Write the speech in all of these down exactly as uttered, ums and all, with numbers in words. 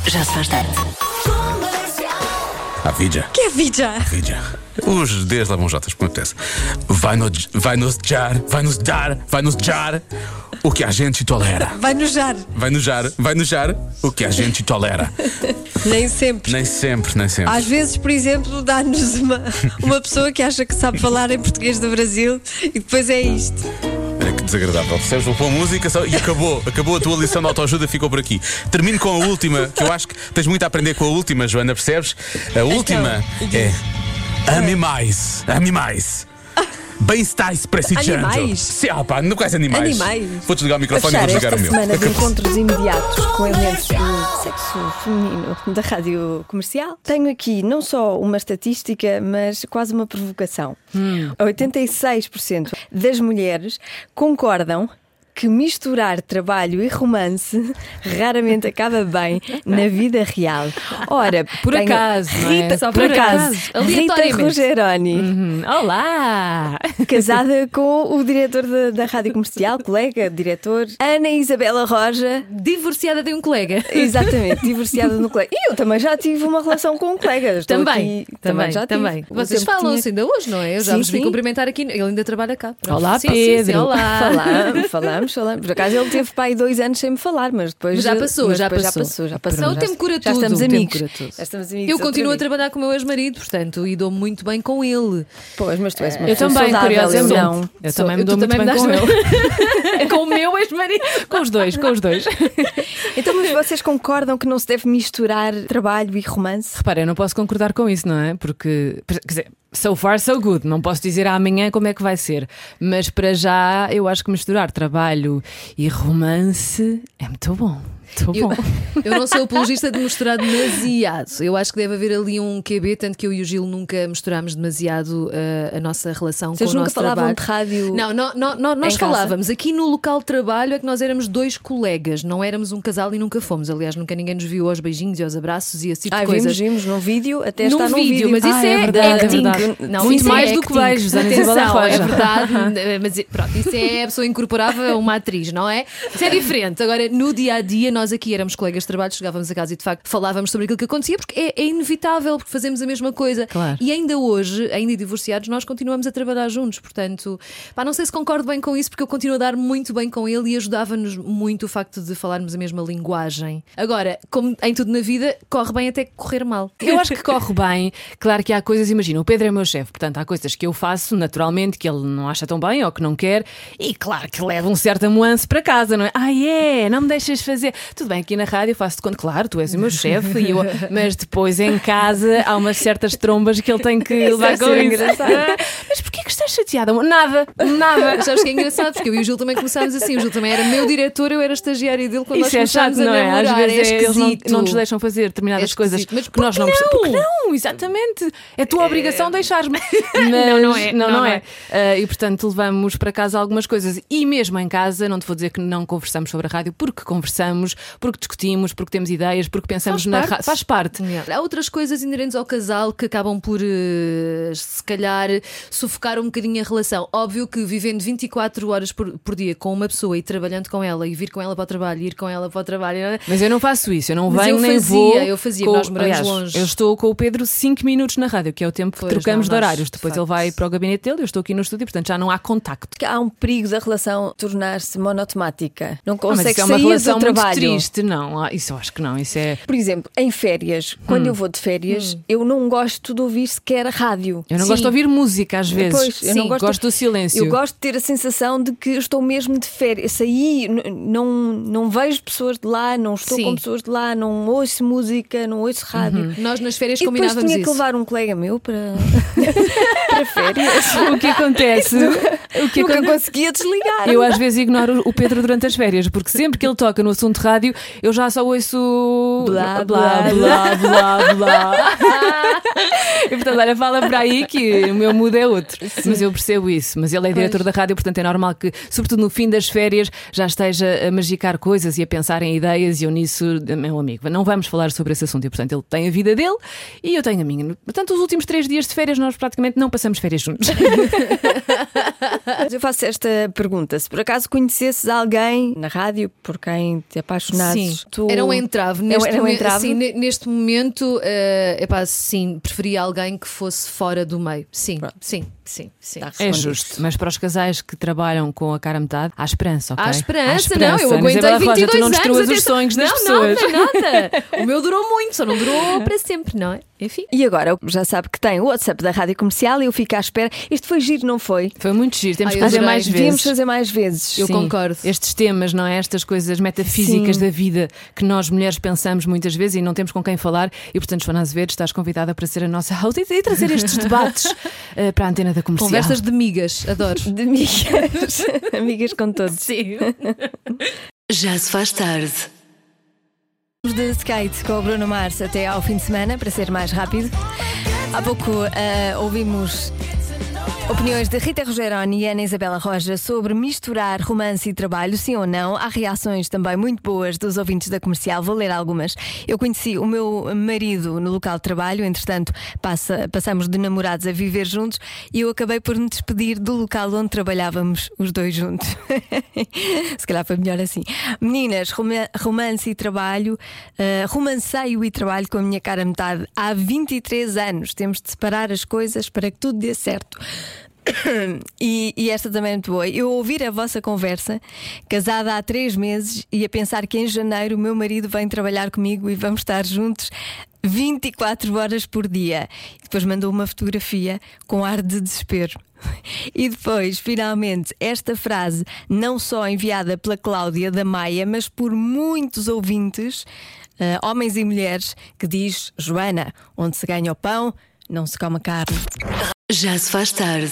Já se faz tarde. A vida. Que é vida? Vida. Os Ds levam Jotas, como acontece. Vai, no, vai nos dar, vai nos dar, vai nos dar o que a gente tolera. Vai nojar. Vai nojar, vai nojar o que a gente tolera. Nem sempre. Nem sempre, nem sempre. Às vezes, por exemplo, dá-nos uma, uma pessoa que acha que sabe falar em português do Brasil e depois é isto. Olha que desagradável. Percebes? Vou pôr música só, e acabou. Acabou a tua lição de autoajuda, ficou por aqui. Termino com a última, que eu acho que tens muito a aprender com a última, Joana, percebes? A última então, é ame mais, ame mais. Bem-estais precisando. Animais? Sim, opa, não quais animais. Animais. Vou desligar o A microfone e fechar vou esta desligar o meu. semana de Acabou. encontros imediatos com elementos do sexo feminino da rádio comercial, tenho aqui não só uma estatística, mas quase uma provocação. Hum. oitenta e seis por cento das mulheres concordam que misturar trabalho e romance raramente acaba bem na vida real. Ora, Por tenho acaso, não é? Rita, Só por por acaso, acaso, Rita aleatoriamente. Rogeroni, Uhum. Olá! casada com o diretor da, da rádio comercial, colega, diretor, Ana Isabela Roja. Divorciada de um colega. Exatamente, divorciada no colega. E eu também já tive uma relação com um colega. Estou Também, aqui, também, já tive. também. O Vocês tempo que falam-se tinha- ainda hoje, não é? Eu já Sim, vos vi sim. cumprimentar aqui. Ele ainda trabalha cá. Pronto. Olá, Sim, sim, sim, Pedro. olá. Falamos, falamos, falamos. Por acaso ele teve pai dois anos sem me falar, mas depois Mas já passou, mas já depois passou. já passou, já passou. Não, o já, tempo cura já tudo, estamos o tempo amigos. cura tudo. Já estamos amigos. Eu outra continuo a vez. trabalhar com o meu ex-marido, portanto, e dou muito bem com ele. Pois, mas tu és uma Eu pessoa também, saudável, curiosamente. eu não. Eu Sou- também me dou tu muito também bem me com dás ele. Com o meu ex-marido. Com os dois, com os dois. Então, mas vocês concordam que não se deve misturar trabalho e romance? Repara, eu não posso concordar com isso, não é? Porque, quer dizer, so far so good. Não posso dizer amanhã como é que vai ser. Mas para já, eu acho que misturar trabalho e romance é muito bom. Muito Eu, bom. eu não sou apologista de misturar demasiado. Eu acho que deve haver ali um Q B, tanto que eu e o Gil nunca misturámos demasiado uh, a nossa relação Vocês com o nunca nosso falavam trabalho. de rádio? Não, não, não, não, nós em casa? falávamos. Aqui no local de trabalho é que nós éramos dois colegas, não éramos um casal e nunca fomos. Aliás, nunca ninguém nos viu aos beijinhos e aos abraços e esse tipo Ah, de vimos, coisas. vimos num vídeo, até Num está num vídeo, vídeo. mas isso Ah, é, verdade, acting. é verdade. Não, Muito isso mais é do que acting. beijos, Ana Isabela Atenção, Roja. é verdade, mas pronto, isso é a pessoa incorporava uma atriz, não é? Isso é diferente. Agora, no dia a dia, nós aqui éramos colegas de trabalho, chegávamos a casa e de facto falávamos sobre aquilo que acontecia, porque é, é inevitável, porque fazemos a mesma coisa. Claro. E ainda hoje, ainda divorciados, nós continuamos a trabalhar juntos. Portanto, pá, não sei se concordo bem com isso, porque eu continuo a dar muito bem com ele e ajudava-nos muito o facto de falarmos a mesma linguagem. Agora, como em tudo na vida, corre bem até correr mal. Eu acho que corre bem. Claro que há coisas, imagina, o Pedro é meu chefe, portanto há coisas que eu faço naturalmente que ele não acha tão bem ou que não quer, e claro que leva um certo amuanço para casa, não é? Ah, é, não me deixas fazer. Tudo bem, aqui na rádio eu faço de conta, claro, tu és o meu chefe, e eu... mas depois em casa há umas certas trombas que ele tem que levar com isso. Mas porquê que estás chateada? Nada, nada. Sabes que é engraçado, porque eu e o Gil também começámos assim. O Gil também era meu diretor, eu era estagiário dele quando Isso é nós chato, começámos a não é? Às namorar. vezes é é, eles não, esquisito. não nos deixam fazer determinadas É coisas esquisito. Mas que nós não porquê percebemos. não? Porque não, exatamente. É a tua obrigação deixar-me. Mas, Não, não é. Não, Não, não não é. Ah, e portanto levamos para casa algumas coisas. E mesmo em casa, não te vou dizer que não conversamos sobre a rádio, porque conversamos, porque discutimos, porque temos ideias, porque pensamos Faz na parte. rádio. Faz parte. Há outras coisas inerentes ao casal que acabam por, eh, se calhar, sufocar um bocadinho a relação. Óbvio que vivendo vinte e quatro horas por, por dia com uma pessoa e trabalhando com ela e vir com ela para o trabalho e ir com ela para o trabalho. Mas eu não faço isso, eu não Mas venho eu nem fazia, vou. eu fazia, com- nós moramos Aliás, longe. Eu estou com o Pedro cinco minutos na rádio, que é o tempo que Pois, trocamos não, de nós, horários. de Depois facto. ele vai para o gabinete dele, eu estou aqui no estúdio, portanto já não há contacto. Que há um perigo da relação tornar-se monotemática. Não Ah, mas consegue isso é uma sair relação do muito trabalho. triste. Não, ah, isso eu acho que não. Isso é. Por exemplo, em férias, quando eu vou de férias, eu não gosto de ouvir sequer a rádio. Eu não Sim. gosto de ouvir música às vezes. Pois, eu Sim, não gosto, do silêncio. Eu gosto de ter a sensação de que estou mesmo de férias. Saí, n- não, não vejo pessoas de lá, não estou Sim. com pessoas de lá, não ouço música, não ouço rádio. Nós nas férias E depois combinávamos tinha que isso. levar um colega meu para, para férias. O que acontece? o que Nunca aconte- conseguia desligar. Eu às vezes ignoro o Pedro durante as férias, porque sempre que ele toca no assunto rádio, eu já só ouço Blá, blá, blá, blá, blá, blá. E portanto, olha, fala para aí que o meu mood é outro. Mas eu percebo isso. Mas ele é diretor da rádio, portanto é normal que, sobretudo no fim das férias, já esteja a magicar coisas e a pensar em ideias. E eu nisso, meu amigo, não vamos falar sobre esse assunto. E portanto ele tem a vida dele e eu tenho a minha. Portanto, os últimos três dias de férias nós praticamente não passamos férias juntos. Eu faço esta pergunta: se por acaso conhecesses alguém na rádio por quem te apaixonasses, Sim, tu... era um entrave. Neste, era um momen- entrave? sim, ne- neste momento, uh, epá, sim, preferia alguém que fosse fora do meio. Sim, sim, sim, sim. Tá É respondido. justo, mas para os casais que trabalham com a cara a metade, há esperança, ok? Há esperança, Há não, eu aguentei Isabela vinte e Roja, dois tu não anos. destruas os atenção. sonhos das não, pessoas. Não, não, nada. O meu durou muito, só não durou para sempre, não é? Enfim. E agora, já sabe que tem o WhatsApp da Rádio Comercial e eu fico à espera. Isto foi giro, não foi? Foi muito giro, temos Ai, que eu fazer adorei. mais Devíamos vezes. fazer mais vezes. Eu Sim, concordo. Estes temas, não é? Estas coisas metafísicas Sim. da vida que nós mulheres pensamos muitas vezes e não temos com quem falar. E portanto, Joana Azevedo, estás convidada para ser a nossa host e trazer estes debates uh, para a antena da comercial. Conversas de migas, adoro. De amigas. Amigas com todos. Sim. Já se faz tarde. De skate com o Bruno Mars até ao fim de semana, para ser mais rápido. Há pouco uh, ouvimos opiniões de Rita Rogeroni e Ana Isabela Roja sobre misturar romance e trabalho, sim ou não. Há reações também muito boas dos ouvintes da Comercial, vou ler algumas. Eu conheci o meu marido no local de trabalho, entretanto passa, passamos de namorados a viver juntos e eu acabei por me despedir do local onde trabalhávamos os dois juntos. Se calhar foi melhor assim. Meninas, roma- romance e trabalho, uh, romanceio e trabalho com a minha cara metade há vinte e três anos. Temos de separar as coisas para que tudo dê certo. E, e esta também é muito boa. Eu ouvir a vossa conversa, casada há três meses, e a pensar que em janeiro o meu marido vem trabalhar comigo e vamos estar juntos vinte e quatro horas por dia. E depois mandou uma fotografia com ar de desespero. E depois, finalmente, esta frase, não só enviada pela Cláudia da Maia, mas por muitos ouvintes, uh, homens e mulheres, que diz: Joana, onde se ganha o pão, não se come a carne. Já se faz tarde.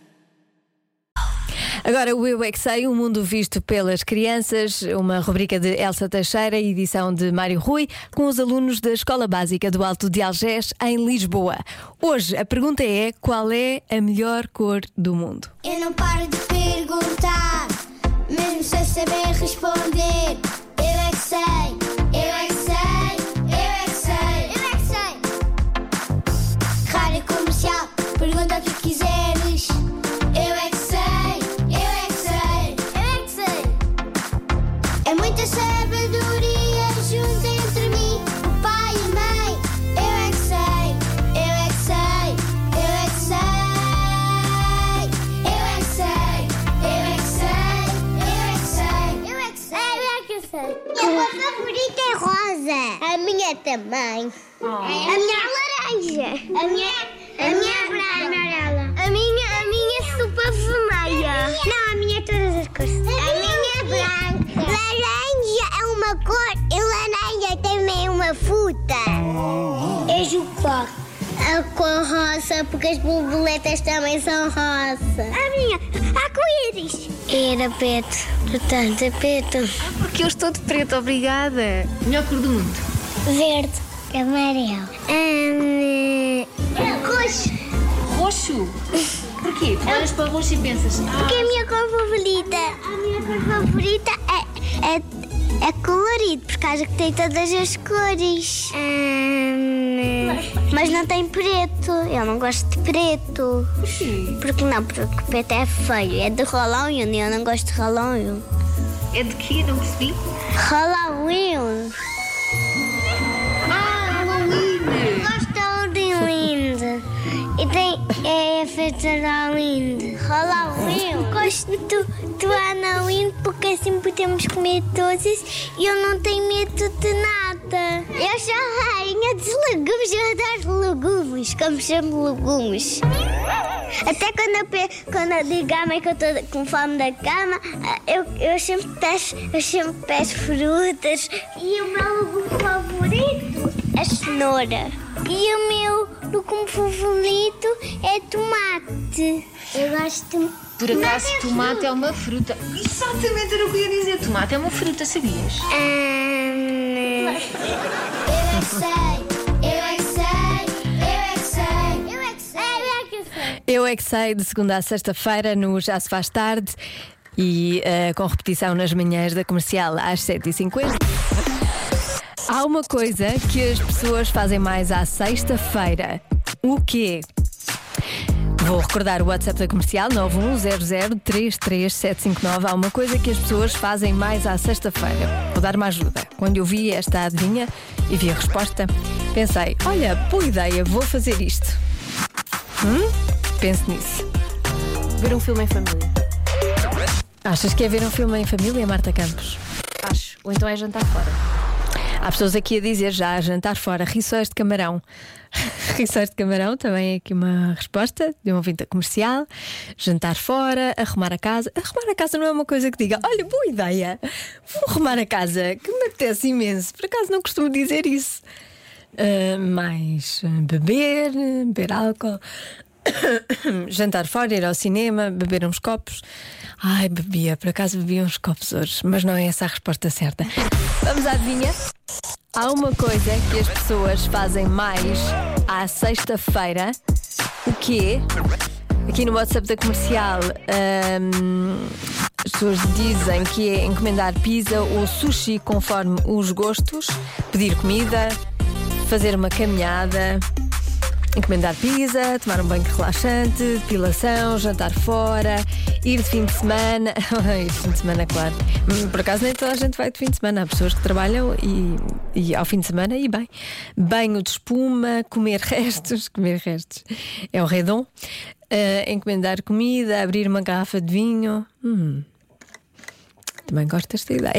Agora o Eu É Que Sei, o mundo visto pelas crianças, uma rubrica de Elsa Teixeira, edição de Mário Rui, com os alunos da Escola Básica do Alto de Algés, em Lisboa. Hoje a pergunta é: qual é a melhor cor do mundo? Eu não paro de perguntar, mesmo sem saber responder. Eu é que sei, eu é que sei, eu é que sei, eu é que sei. Rádio Comercial, pergunta o que quiseres. Eu é que sei, eu é que sei, eu é que sei. É muita sabedoria junto entre mim, o pai e a mãe. Eu é que sei, eu é que sei, eu é que sei. Eu é que sei, eu é que sei, eu é que sei. Eu é que sei, eu é que sei. Minha cor favorita é rosa. A minha também. A minha é laranja. A minha, a minha é branca. A minha, a minha é super vermelha. Não, a minha é todas as cores. A minha é branca. Laranja é uma cor e laranja também é uma fruta. É jupá. A cor rosa, porque as borboletas também são rosa. A minha, arco-íris. Era preto, portanto é preto. Porque eu estou de preto, obrigada. Melhor cor do mundo. Verde, amarelo. Hum, roxo. Roxo. Porquê? Tu olhas para o roxo e pensas: Porque ah, a minha cor favorita, a minha cor favorita é, é, é colorido, por causa que tem todas as cores. Hum, mas não tem preto. Eu não gosto de preto. porquê? Porque não? Porque preto é feio. É de Halloween e eu não gosto de Halloween. É de quê? Não percebi. Halloween. Ah, Halloween. Gosto de Halloween. E tem é feito de Halloween. Halloween. Gosto do, do Halloween porque assim podemos comer todos e eu não tenho medo de nada. Eu sou a rainha dos legumes, eu adoro legumes, como sempre legumes. Até quando eu, pe- quando eu digo à mãe que eu estou com fome da cama, eu, eu, sempre peço, eu sempre peço frutas. E o meu legume favorito é cenoura. E o meu legume favorito é tomate. Eu gosto de... Por acaso, tomate é uma fruta. Exatamente era o que eu ia dizer. Tomate é uma fruta, sabias? Hum, eu é que sei, eu é que sei, eu é que sei, eu Eu é que sei, de segunda a sexta-feira no Já Se Faz Tarde e uh, com repetição nas manhãs da Comercial às sete e cinquenta. Há uma coisa que as pessoas fazem mais à sexta-feira. O quê? Vou recordar o WhatsApp da Comercial nove um zero zero três três sete cinco nove. Há uma coisa que as pessoas fazem mais à sexta-feira. Vou dar uma ajuda. Quando eu vi esta adivinha e vi a resposta, pensei, olha, boa ideia, vou fazer isto. Hum? Pense nisso. Ver um filme em família. Achas que é ver um filme em família, Marta Campos? Acho. Ou então é jantar fora. Há pessoas aqui a dizer já, jantar fora, rissóis de camarão. Rissóis de camarão, também é aqui uma resposta de um ouvinte comercial. Jantar fora, arrumar a casa. Arrumar a casa não é uma coisa que diga, olha, boa ideia, vou arrumar a casa, que me apetece imenso. Por acaso não costumo dizer isso. Uh, mais uh, beber, beber álcool. Jantar fora, ir ao cinema, beber uns copos. Ai, bebia, por acaso bebia uns copos hoje, mas não é essa a resposta certa. Vamos à adivinha? Há uma coisa que as pessoas fazem mais à sexta-feira. O quê? Aqui no WhatsApp da Comercial, hum, as pessoas dizem que é encomendar pizza ou sushi conforme os gostos, pedir comida, fazer uma caminhada, encomendar pizza, tomar um banho relaxante, depilação, jantar fora, ir de fim de semana. Ir de fim de semana, claro. Por acaso nem toda a gente vai de fim de semana. Há pessoas que trabalham e, e ao fim de semana e bem. Banho de espuma, comer restos. Comer restos é o redom. Uh, encomendar comida, abrir uma garrafa de vinho. Hum. Também gosto desta ideia.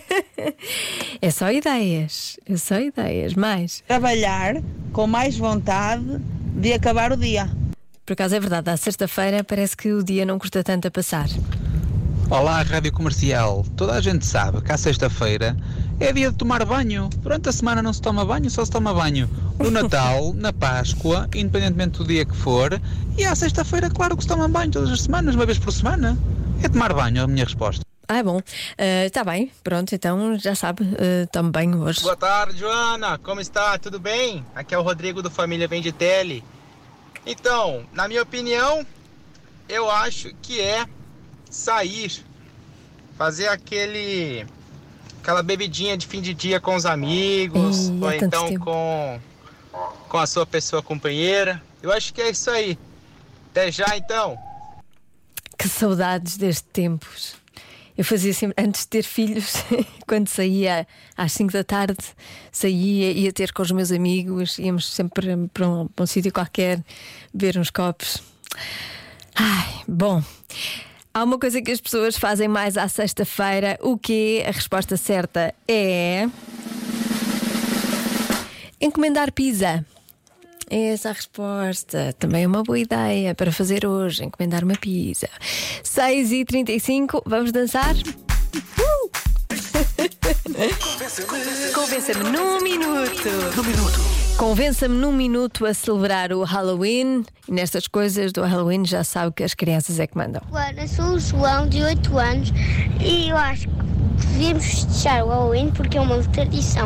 É só ideias. É só ideias. Mais. Trabalhar com mais vontade de acabar o dia. Por acaso é verdade, à sexta-feira parece que o dia não custa tanto a passar. Olá, Rádio Comercial. Toda a gente sabe que à sexta-feira é dia de tomar banho. Durante a semana não se toma banho, só se toma banho no Natal, na Páscoa, independentemente do dia que for. E à sexta-feira, claro que se toma banho todas as semanas, uma vez por semana. É tomar banho, é a minha resposta. Ah, bom. Está uh, bem, pronto, então já sabe, uh, tome banho hoje. Boa tarde, Joana. Como está? Tudo bem? Aqui é o Rodrigo do Família Vem de Tele. Então, na minha opinião, eu acho que é sair, fazer aquele aquela bebidinha de fim de dia com os amigos, Ei, ou é então com, com a sua pessoa companheira. Eu acho que é isso aí. Até já, então. Que saudades destes tempos. Eu fazia sempre, antes de ter filhos, quando saía às cinco da tarde, saía, ia ter com os meus amigos, íamos sempre para um, para um sítio qualquer, beber uns copos. Ai, bom. Há uma coisa que as pessoas fazem mais à sexta-feira. O quê? A resposta certa é encomendar pizza. É essa a resposta. Também é uma boa ideia para fazer hoje, encomendar uma pizza. seis e trinta e cinco, vamos dançar? Uh! Convença-me num minuto. Num minuto. Convença-me num minuto a celebrar o Halloween. E nestas coisas do Halloween já sabe que as crianças é que mandam. Ana, sou o João, de oito anos, e eu acho que devemos festejar o Halloween porque é uma tradição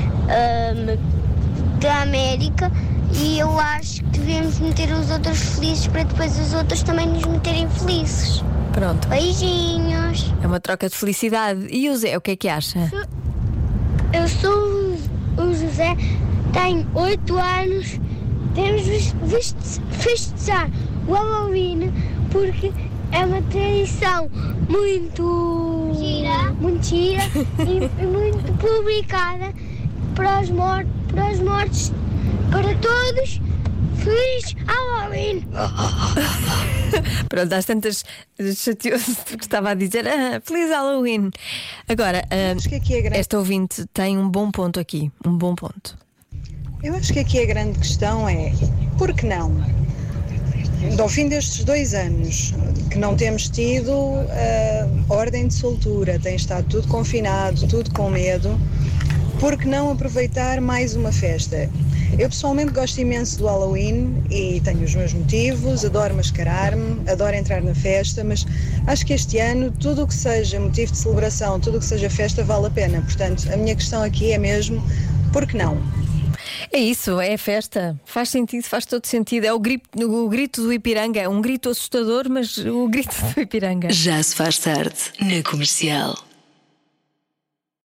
um, da América. E eu acho que devemos meter os outros felizes para depois os outros também nos meterem felizes. Pronto. Beijinhos. É uma troca de felicidade. E o Zé, o que é que acha? Eu sou o José, tenho oito anos. Devemos festejar o Halloween porque é uma tradição muito gira, muito gira e muito publicada para os, mor para os mortos. Para todos, feliz Halloween! Pronto, às tantas chateou-se porque estava a dizer ah, feliz Halloween. Agora, uh, que aqui é grande... esta ouvinte tem um bom ponto aqui. Um bom ponto. Eu acho que aqui a grande questão é por que não? Ao fim destes dois anos que não temos tido uh, ordem de soltura, tem estado tudo confinado, tudo com medo. Por que não aproveitar mais uma festa? Eu pessoalmente gosto imenso do Halloween e tenho os meus motivos, adoro mascarar-me, adoro entrar na festa, mas acho que este ano tudo o que seja motivo de celebração, tudo o que seja festa vale a pena. Portanto, a minha questão aqui é mesmo, por que não? É isso, é festa. Faz sentido, faz todo sentido. É o grito, o grito do Ipiranga. É um grito assustador, mas o grito do Ipiranga. Já se faz tarde na Comercial.